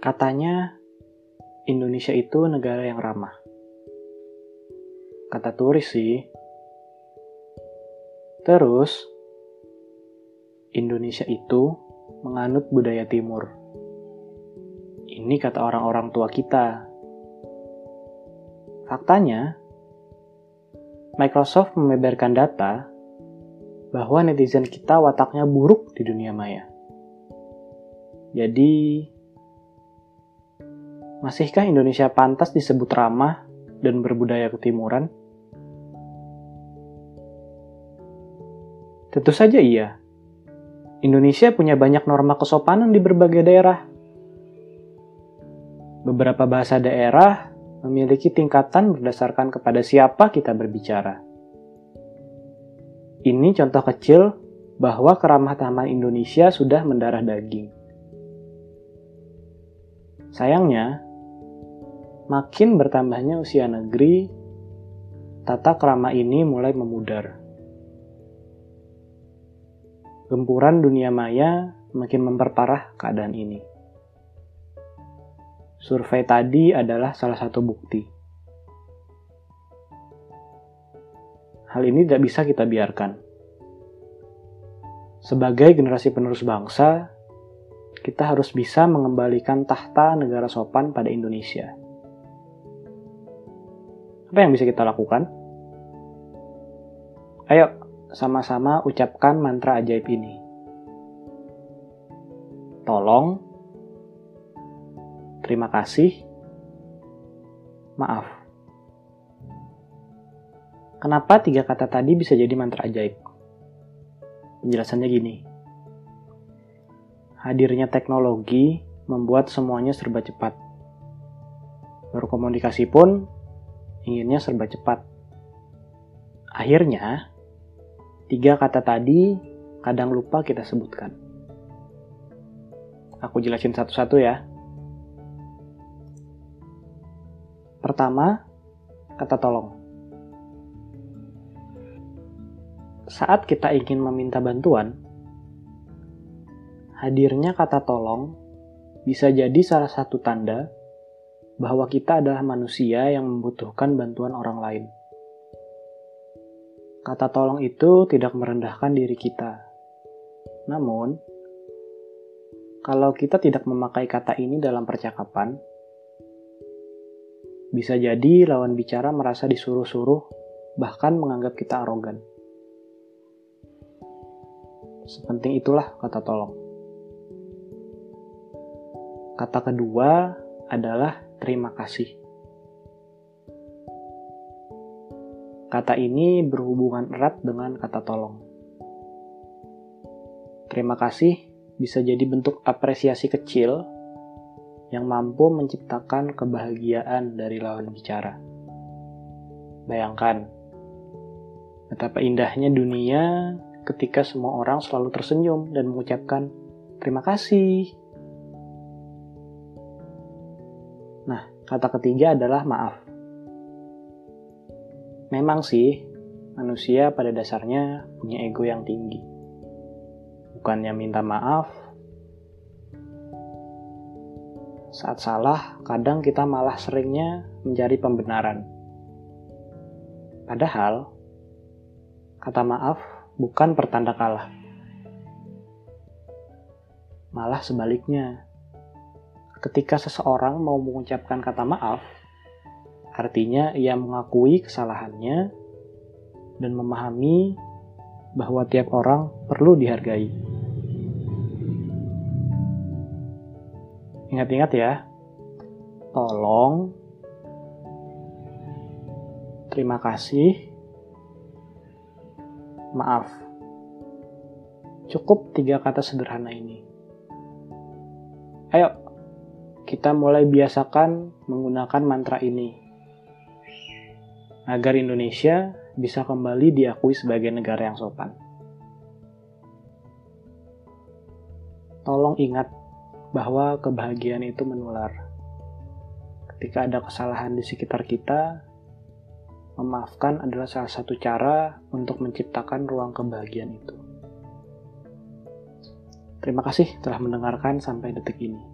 Katanya, Indonesia itu negara yang ramah. Kata turis sih. Terus, Indonesia itu menganut budaya timur. Ini kata orang-orang tua kita. Faktanya, Microsoft membeberkan data bahwa netizen kita wataknya buruk di dunia maya. Jadi, masihkah Indonesia pantas disebut ramah dan berbudaya ketimuran? Tentu saja iya. Indonesia punya banyak norma kesopanan di berbagai daerah. Beberapa bahasa daerah memiliki tingkatan berdasarkan kepada siapa kita berbicara. Ini contoh kecil bahwa keramah-tamahan Indonesia sudah mendarah daging. Sayangnya, makin bertambahnya usia negeri, tata krama ini mulai memudar. Gempuran dunia maya makin memperparah keadaan ini. Survei tadi adalah salah satu bukti. Hal ini tidak bisa kita biarkan. Sebagai generasi penerus bangsa, kita harus bisa mengembalikan tahta negara sopan pada Indonesia. Apa yang bisa kita lakukan? Ayo, sama-sama ucapkan mantra ajaib ini. Tolong, terima kasih, maaf. Kenapa 3 kata tadi bisa jadi mantra ajaib? Penjelasannya gini. Hadirnya teknologi membuat semuanya serba cepat. Berkomunikasi pun inginnya serba cepat. Akhirnya, 3 kata tadi kadang lupa kita sebutkan. Aku jelasin satu-satu ya. Pertama, kata tolong. Saat kita ingin meminta bantuan, hadirnya kata tolong bisa jadi salah satu tanda bahwa kita adalah manusia yang membutuhkan bantuan orang lain. Kata tolong itu tidak merendahkan diri kita. Namun, kalau kita tidak memakai kata ini dalam percakapan, bisa jadi lawan bicara merasa disuruh-suruh, bahkan menganggap kita arogan. Sepenting itulah kata tolong. Kata kedua adalah terima kasih. Kata ini berhubungan erat dengan kata tolong. Terima kasih bisa jadi bentuk apresiasi kecil yang mampu menciptakan kebahagiaan dari lawan bicara. Bayangkan, betapa indahnya dunia ketika semua orang selalu tersenyum dan mengucapkan terima kasih. Nah, kata ketiga adalah maaf. Memang sih, manusia pada dasarnya punya ego yang tinggi. Bukannya minta maaf, saat salah, kadang kita malah seringnya mencari pembenaran. Padahal, kata maaf bukan pertanda kalah. Malah sebaliknya, ketika seseorang mau mengucapkan kata maaf, artinya ia mengakui kesalahannya dan memahami bahwa tiap orang perlu dihargai. Ingat-ingat ya, tolong, terima kasih, maaf. Cukup 3 kata sederhana ini. Ayo, kita mulai biasakan menggunakan mantra ini agar Indonesia bisa kembali diakui sebagai negara yang sopan. Tolong ingat bahwa kebahagiaan itu menular. Ketika ada kesalahan di sekitar kita, memaafkan adalah salah satu cara untuk menciptakan ruang kebahagiaan itu. Terima kasih telah mendengarkan sampai detik ini.